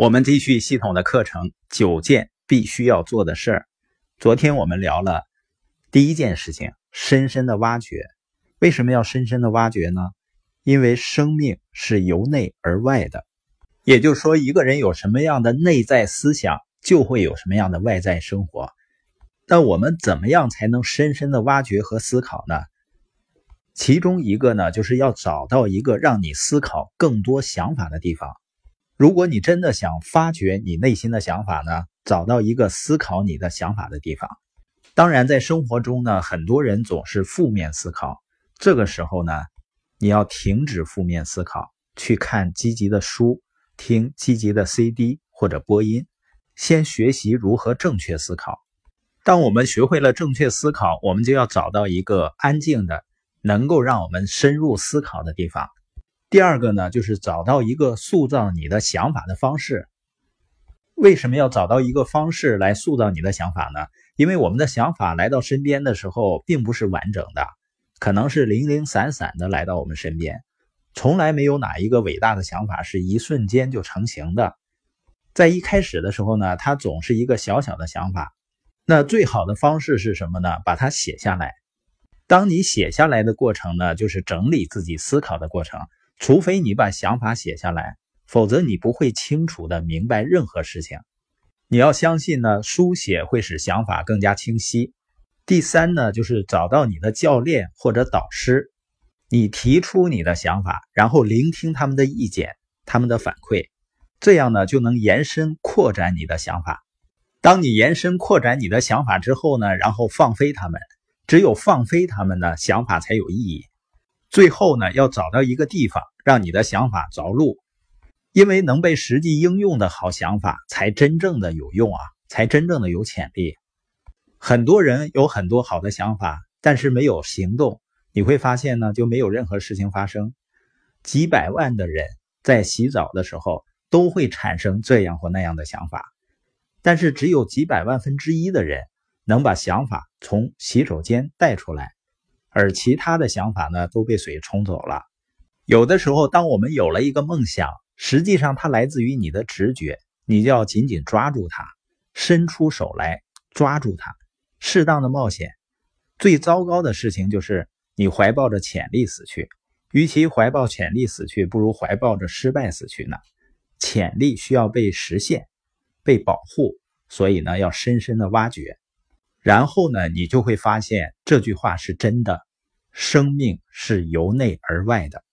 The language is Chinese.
我们继续系统的课程，9件必须要做的事儿。昨天我们聊了第一件事情，深深的挖掘。为什么要深深的挖掘呢？因为生命是由内而外的，也就是说，一个人有什么样的内在思想，就会有什么样的外在生活。那我们怎么样才能深深的挖掘和思考呢？其中一个呢，就是要找到一个让你思考更多想法的地方。如果你真的想发掘你内心的想法呢，找到一个思考你的想法的地方。当然在生活中呢，很多人总是负面思考，这个时候呢，你要停止负面思考，去看积极的书，听积极的 CD 或者播音，先学习如何正确思考。当我们学会了正确思考，我们就要找到一个安静的能够让我们深入思考的地方。第二个呢，就是找到一个塑造你的想法的方式。为什么要找到一个方式来塑造你的想法呢？因为我们的想法来到身边的时候并不是完整的，可能是零零散散的来到我们身边，从来没有哪一个伟大的想法是一瞬间就成型的。在一开始的时候呢，它总是一个小小的想法。那最好的方式是什么呢？把它写下来。当你写下来的过程呢，就是整理自己思考的过程。除非你把想法写下来，否则你不会清楚地明白任何事情。你要相信呢，书写会使想法更加清晰。第三呢，就是找到你的教练或者导师，你提出你的想法，然后聆听他们的意见，他们的反馈，这样呢，就能延伸扩展你的想法。当你延伸扩展你的想法之后呢，然后放飞他们，只有放飞他们呢，想法才有意义。最后呢，要找到一个地方让你的想法着陆，因为能被实际应用的好想法才真正的有用啊，才真正的有潜力。很多人有很多好的想法，但是没有行动，你会发现呢，就没有任何事情发生。几百万的人在洗澡的时候都会产生这样或那样的想法，但是只有几百万分之一的人能把想法从洗手间带出来，而其他的想法呢，都被水冲走了。有的时候，当我们有了一个梦想，实际上它来自于你的直觉，你就要紧紧抓住它，伸出手来抓住它，适当的冒险。最糟糕的事情就是你怀抱着潜力死去，与其怀抱潜力死去，不如怀抱着失败死去呢。潜力需要被实现，被保护，所以呢，要深深的挖掘。然后呢，你就会发现这句话是真的，生命是由内而外的。